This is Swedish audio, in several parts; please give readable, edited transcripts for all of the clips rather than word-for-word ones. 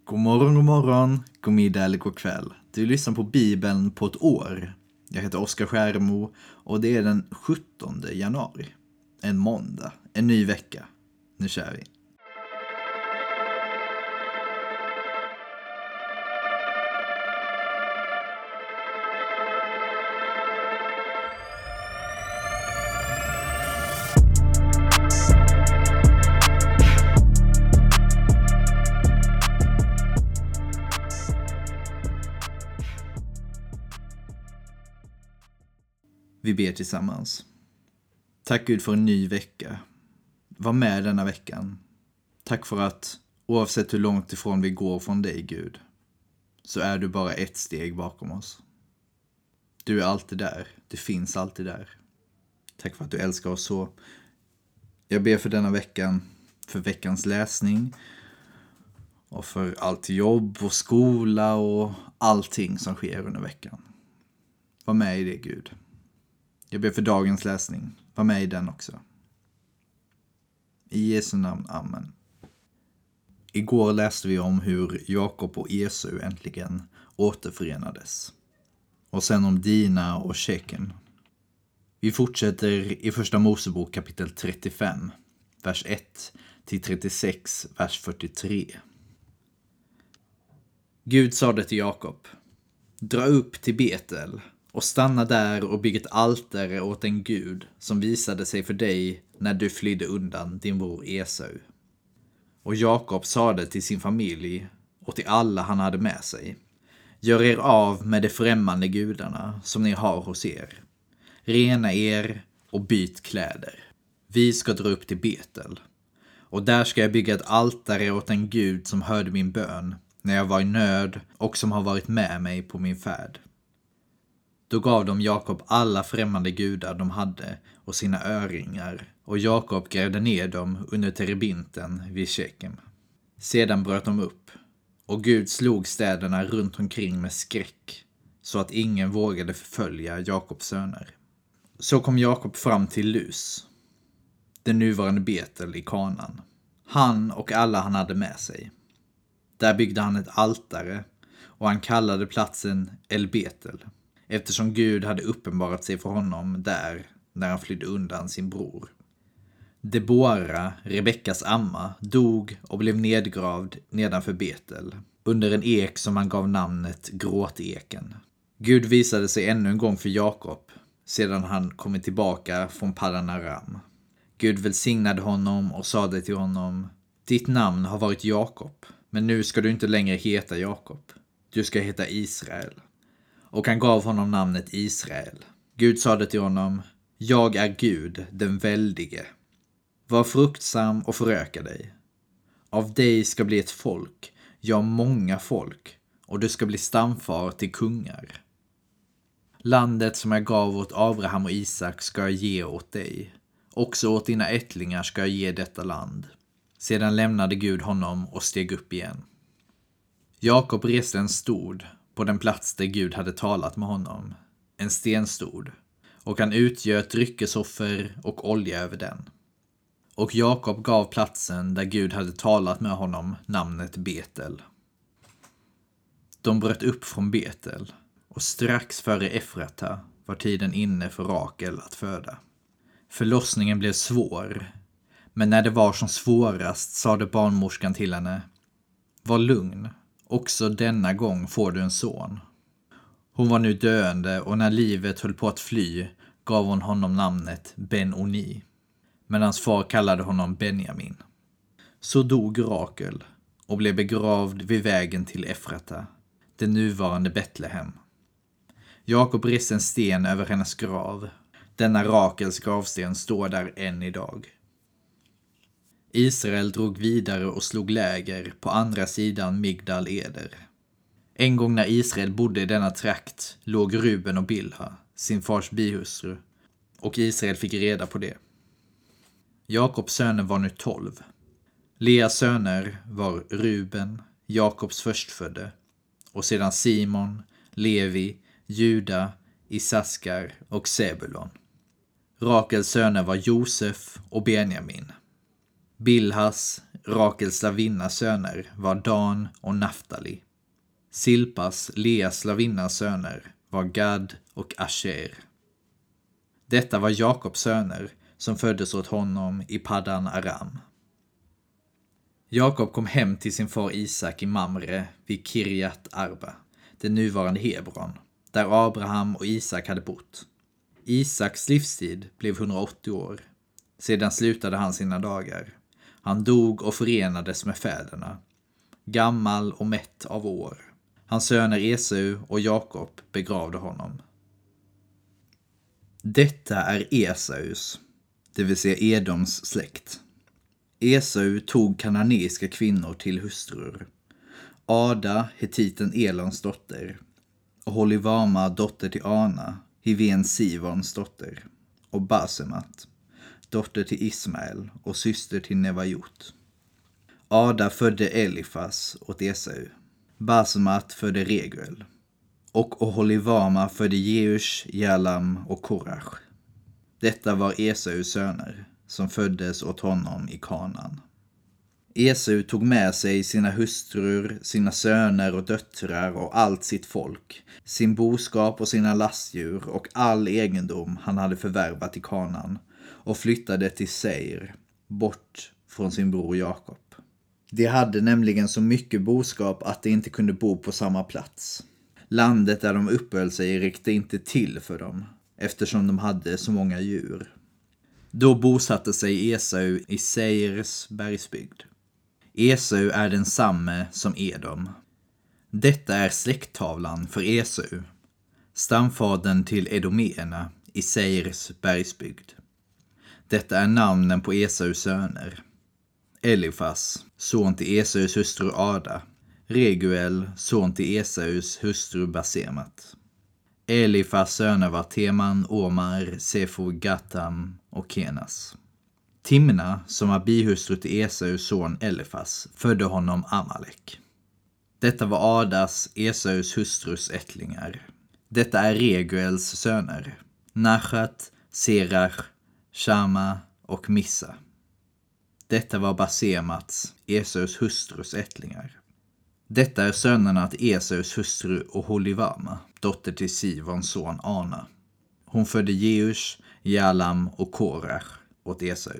God morgon, god middag eller god kväll. Du lyssnar på Bibeln på ett år. Jag heter Oskar Skärmo och det är den 17 januari. En måndag, en ny vecka. Nu kör vi. Vi ber tillsammans. Tack Gud för en ny vecka. Var med denna veckan. Tack för att oavsett hur långt ifrån vi går från dig Gud, så är du bara ett steg bakom oss. Du är alltid där. Du finns alltid där. Tack för att du älskar oss så. Jag ber för denna veckan, för veckans läsning och för allt jobb och skola och allting som sker under veckan. Var med i det Gud. Jag ber för dagens läsning. Var med i den också. I Jesu namn, amen. Igår läste vi om hur Jakob och Esau äntligen återförenades. Och sen om Dina och Shekem. Vi fortsätter i första Mosebok kapitel 35, vers 1-36, vers 43. Gud sade till Jakob: dra upp till Betel och stanna där och bygg ett altare åt en Gud som visade sig för dig när du flydde undan din bror Esau. Och Jakob sade till sin familj och till alla han hade med sig: gör er av med de främmande gudarna som ni har hos er. Rena er och byt kläder. Vi ska dra upp till Betel. Och där ska jag bygga ett altare åt en Gud som hörde min bön när jag var i nöd och som har varit med mig på min färd. Då gav de Jakob alla främmande gudar de hade och sina öringar, och Jakob grävde ner dem under terebinten vid Shekem. Sedan bröt de upp, och Gud slog städerna runt omkring med skräck, så att ingen vågade förfölja Jakobs söner. Så kom Jakob fram till Lus, den nuvarande Betel i Kanaan, han och alla han hade med sig. Där byggde han ett altare, och han kallade platsen El Betel, eftersom Gud hade uppenbarat sig för honom där när han flydde undan sin bror. Debora, Rebekkas amma, dog och blev nedgravd nedanför Betel, under en ek som han gav namnet Gråteken. Gud visade sig ännu en gång för Jakob, sedan han kommit tillbaka från Paddan Aram. Gud välsignade honom och sade till honom: ditt namn har varit Jakob, men nu ska du inte längre heta Jakob. Du ska heta Israel. Och han gav honom namnet Israel. Gud sade till honom: jag är Gud, den väldige. Var fruktsam och föröka dig. Av dig ska bli ett folk, ja många folk, och du ska bli stamfar till kungar. Landet som jag gav åt Abraham och Isak ska jag ge åt dig. Också åt dina ättlingar ska jag ge detta land. Sedan lämnade Gud honom och steg upp igen. Jakob reste en stod på den plats där Gud hade talat med honom, en stenstod, och han utgöt dryckesoffer och olja över den. Och Jakob gav platsen där Gud hade talat med honom namnet Betel. De bröt upp från Betel, och strax före Efrata var tiden inne för Rakel att föda. Förlossningen blev svår, men när det var som svårast sade barnmorskan till henne: var lugn, också denna gång får du en son. Hon var nu döende, och när livet höll på att fly gav hon honom namnet Ben-Oni, men hans far kallade honom Benjamin. Så dog Rakel och blev begravd vid vägen till Efrata, det nuvarande Betlehem. Jakob reste en sten över hennes grav. Denna Rakels gravsten står där än idag. Israel drog vidare och slog läger på andra sidan Migdal Eder. En gång när Israel bodde i denna trakt låg Ruben och Bilha, sin fars bihustru, och Israel fick reda på det. Jakobs söner var nu 12. Leas söner var Ruben, Jakobs förstfödde, och sedan Simon, Levi, Juda, Isaskar och Sebulon. Rakels söner var Josef och Benjamin. Bilhas, Rakels slavinnas söner, var Dan och Naftali. Silpas, Leas slavinnas söner, var Gad och Asher. Detta var Jakobs söner som föddes åt honom i Paddan Aram. Jakob kom hem till sin far Isak i Mamre vid Kirjat Arba, det nuvarande Hebron, där Abraham och Isak hade bott. Isaks livstid blev 180 år. Sedan slutade han sina dagar. Han dog och förenades med fäderna, gammal och mätt av år. Hans söner Esau och Jakob begravde honom. Detta är Esaus, det vill säga Edoms släkt. Esau tog kananeiska kvinnor till hustrur. Ada, hetiten Elons dotter, och Holivama, dotter till Ana, Hiven Sivons dotter, och Basemat, dotter till Ismael och syster till Nevajot. Ada födde Elifas åt Esau. Basemat födde Reguel. Och Oholivama födde Jeush, Jalam och Korach. Detta var Esaus söner, som föddes åt honom i Kanan. Esau tog med sig sina hustrur, sina söner och döttrar och allt sitt folk, sin boskap och sina lastdjur och all egendom han hade förvärvat i Kanan, och flyttade till Seir, bort från sin bror Jakob. De hade nämligen så mycket boskap att de inte kunde bo på samma plats. Landet där de uppehöll sig räckte inte till för dem, eftersom de hade så många djur. Då bosatte sig Esau i Seirs bergsbygd. Esau är densamme som Edom. Detta är släkttavlan för Esau, stamfadern till Edomeerna i Seirs bergsbygd. Detta är namnen på Esaus söner: Elifas, son till Esaus hustru Ada. Reguel, son till Esaus hustru Basemat. Elifas söner var Teman, Omar, Sefo, Gatam och Kenas. Timna, som var bihustru till Esaus son Elifas, födde honom Amalek. Detta var Adas, Esaus hustrus ättlingar. Detta är Reguels söner: Nachat, Serach, Shama och Missa. Detta var Basemats, Esaus hustrus ättlingar. Detta är sönerna till Esaus hustru Oholivama, dotter till Sivons son Ana. Hon födde Jeush, Jalam och Korach åt Esau.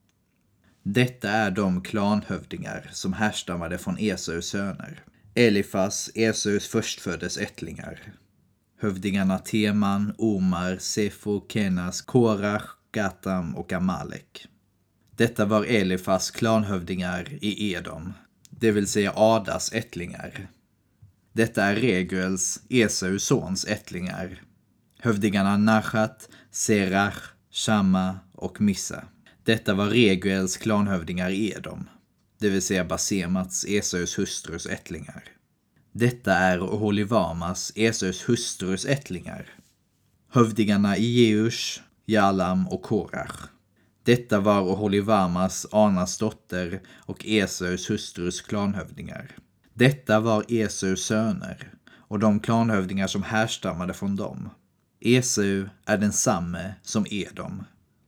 Detta är de klanhövdingar som härstammade från Esaus söner: Elifas, Esaus förstföddes ättlingar. Hövdingarna Teman, Omar, Sefo, Kenas, Korach, Gatam och Amalek. Detta var Elifas klanhövdingar i Edom, det vill säga Adas ättlingar. Detta är Reguels, Esaus sons ättlingar. Hövdingarna Nachat, Serach, Shama och Missa. Detta var Reguels klanhövdingar i Edom, det vill säga Basemats, Esaus hustrus ättlingar. Detta är Oholivamas, Esaus hustrus ättlingar. Hövdingarna i Jeush, Jalam och Korach. Detta var Oholivamas, Anas dotter och Esaus hustrus klanhövdingar. Detta var Esaus söner och de klanhövdingar som härstammade från dem. Esau är densamme som Edom.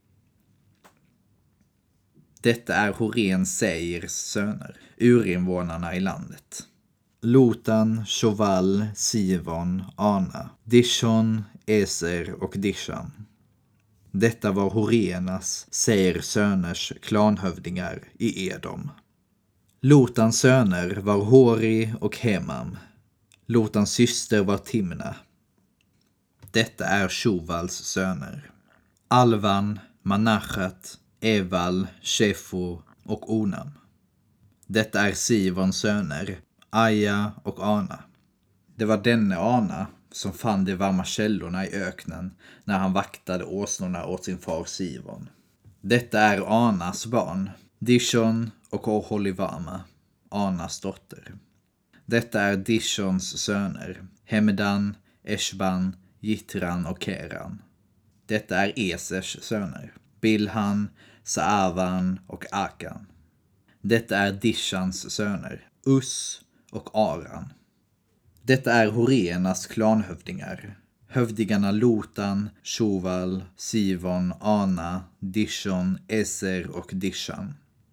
Detta är Horen Seirs söner, urinvånarna i landet: Lotan, Shoval, Sivon, Ana, Dishon, Eser och Dishan. Detta var Horenas, Seirs söners klanhövdingar i Edom. Lotans söner var Hori och Hemam. Lotans syster var Timna. Detta är Shovals söner: Alvan, Manachat, Eval, Shefo och Onam. Detta är Sivons söner: Aja och Ana. Det var denne Ana som fann de varma källorna i öknen när han vaktade åsnorna åt sin far Sivon. Detta är Anas barn, Dishon och Oholivama, Anas dotter. Detta är Dishons söner: Hemedan, Eshban, Jitran och Keran. Detta är Esers söner: Bilhan, Saavan och Akan. Detta är Dishans söner: Us och Aran. Detta är Horenas klanhövdingar: hövdingarna Lotan, Shoval, Sivon, Ana, Dishon, Eser och Dishan.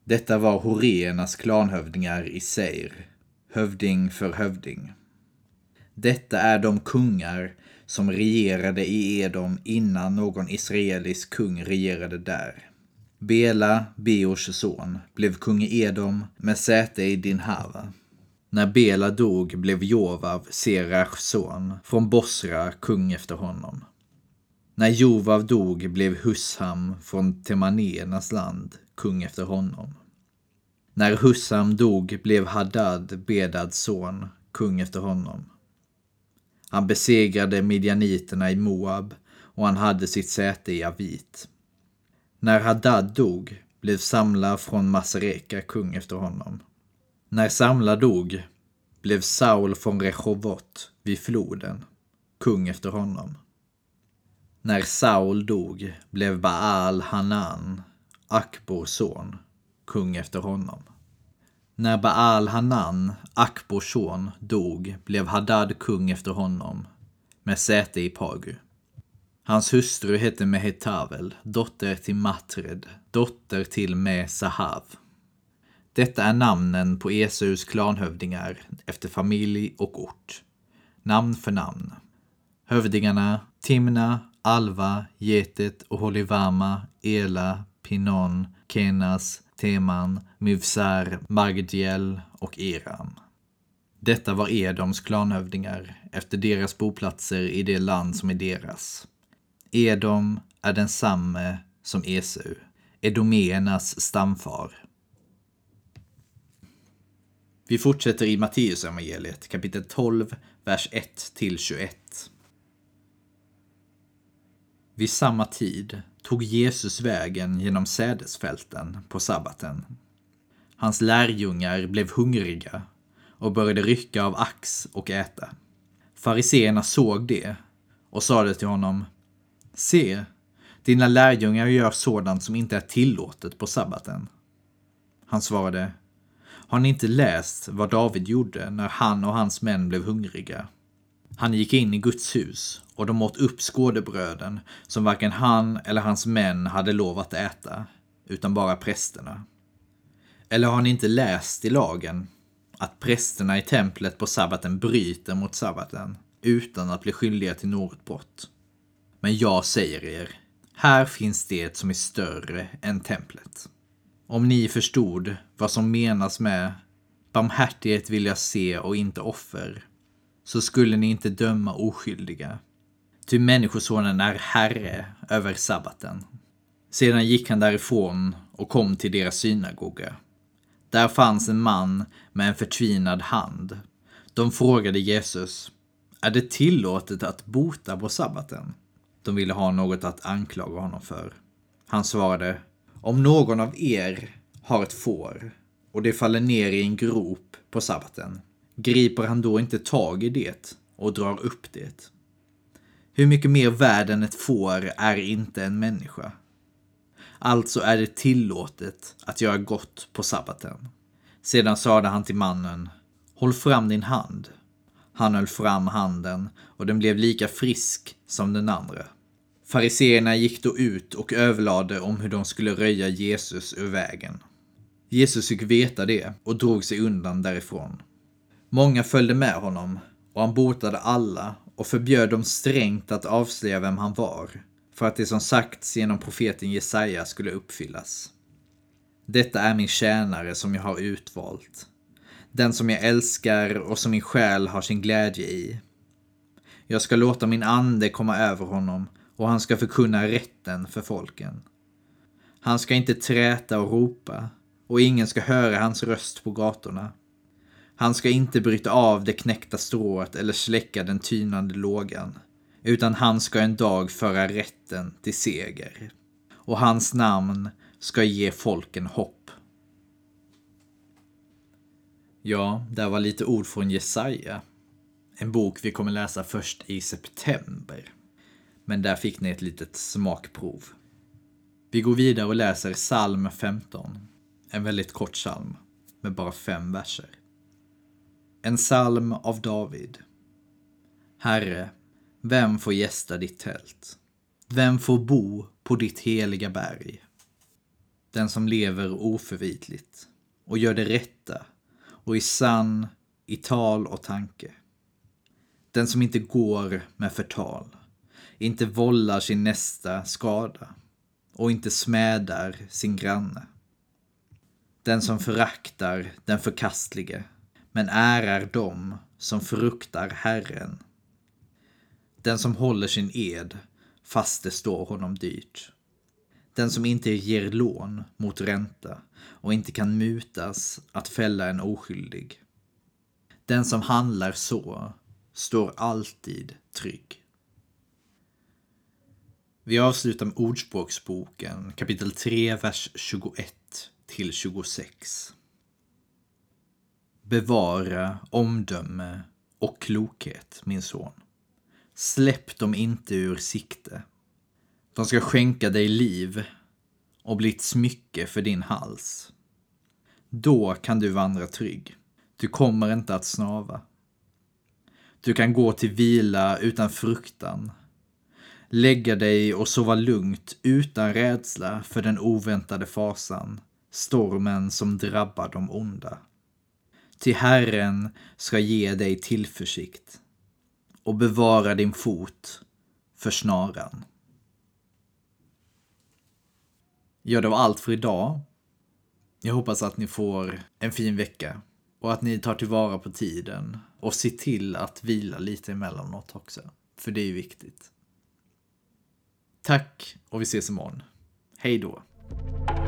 Detta var horeernas klanhövdingar i Seir, hövding för hövding. Detta är de kungar som regerade i Edom innan någon israelisk kung regerade där. Bela, Beors son, blev kung i Edom med säte i Dinhava. När Bela dog blev Jovav, Serachs son, från Bosra kung efter honom. När Jovav dog blev Husham från Temaneernas land kung efter honom. När Husham dog blev Hadad, Bedads son, kung efter honom. Han besegrade midjaniterna i Moab och han hade sitt säte i Avit. När Hadad dog blev Samla från Masreka kung efter honom. När Samla dog blev Saul från Rechovot vid floden kung efter honom. När Saul dog blev Baal Hanan, Akbors son, kung efter honom. När Baal Hanan, Akbors son, dog blev Hadad kung efter honom med säte i Pagu. Hans hustru hette Mehetavel, dotter till Matred, dotter till Mesahav. Detta är namnen på Esaus klanhövdingar efter familj och ort. Namn för namn. Hövdingarna Timna, Alva, Jetet och Holivama, Ela, Pinon, Kenas, Teman, Mivsar, Magdiel och Iram. Detta var Edoms klanhövdingar efter deras boplatser i det land som är deras. Edom är densamme som Esau, edomeernas stamfar. Vi fortsätter i Matteusevangeliet kapitel 12, vers 1-21. Vid samma tid tog Jesus vägen genom sädesfälten på sabbaten. Hans lärjungar blev hungriga och började rycka av ax och äta. Fariseerna såg det och sade till honom: Se, dina lärjungar gör sådant som inte är tillåtet på sabbaten. Han svarade: Har ni inte läst vad David gjorde när han och hans män blev hungriga? Han gick in i Guds hus och de åt upp skådebröden som varken han eller hans män hade lov att äta, utan bara prästerna. Eller har ni inte läst i lagen att prästerna i templet på sabbaten bryter mot sabbaten utan att bli skyldiga till något brott? Men jag säger er, här finns det som är större än templet. Om ni förstod vad som menas med barmhärtighet vill jag se och inte offer, så skulle ni inte döma oskyldiga. Ty människosonen är herre över sabbaten. Sedan gick han därifrån och kom till deras synagoga. Där fanns en man med en förtvinad hand. De frågade Jesus: är det tillåtet att bota på sabbaten? De ville ha något att anklaga honom för. Han svarade: om någon av er har ett får och det faller ner i en grop på sabbaten, griper han då inte tag i det och drar upp det? Hur mycket mer värd än ett får är inte en människa? Alltså är det tillåtet att göra gott på sabbaten. Sedan sade han till mannen: håll fram din hand. Han höll fram handen och den blev lika frisk som den andra. Fariseerna gick då ut och överlade om hur de skulle röja Jesus ur vägen. Jesus fick veta det och drog sig undan därifrån. Många följde med honom och han botade alla och förbjöd dem strängt att avslöja vem han var, för att det som sagts genom profeten Jesaja skulle uppfyllas. Detta är min tjänare som jag har utvalt, den som jag älskar och som min själ har sin glädje i. Jag ska låta min ande komma över honom och han ska förkunna rätten för folken. Han ska inte träta och ropa och ingen ska höra hans röst på gatorna. Han ska inte bryta av det knäckta strået eller släcka den tynande lågan, utan han ska en dag föra rätten till seger. Och hans namn ska ge folken hopp. Ja, där var lite ord från Jesaja. En bok vi kommer läsa först i september. Men där fick ni ett litet smakprov. Vi går vidare och läser psalm 15. En väldigt kort psalm med bara 5 verser. En psalm av David. Herre, vem får gästa ditt tält? Vem får bo på ditt heliga berg? Den som lever oförvitligt och gör det rätta och är sann i tal och tanke. Den som inte går med förtal, inte vållar sin nästa skada och inte smädar sin granne. Den som föraktar den förkastlige, men ärar dem som fruktar Herren. Den som håller sin ed, fast det står honom dyrt. Den som inte ger lån mot ränta och inte kan mutas att fälla en oskyldig. Den som handlar så står alltid trygg. Vi avslutar med Ordspråksboken, kapitel 3, vers 21-26. Bevara omdöme och klokhet, min son. Släpp dem inte ur sikte. De ska skänka dig liv och bli ett smycke för din hals. Då kan du vandra trygg. Du kommer inte att snava. Du kan gå till vila utan fruktan. Lägga dig och sova lugnt utan rädsla för den oväntade fasan, stormen som drabbar de onda. Till Herren ska ge dig tillförsikt och bevara din fot för snaran. Ja, det var allt för idag. Jag hoppas att ni får en fin vecka och att ni tar tillvara på tiden och ser till att vila lite emellanåt också, för det är viktigt. Tack och vi ses imorgon. Hej då!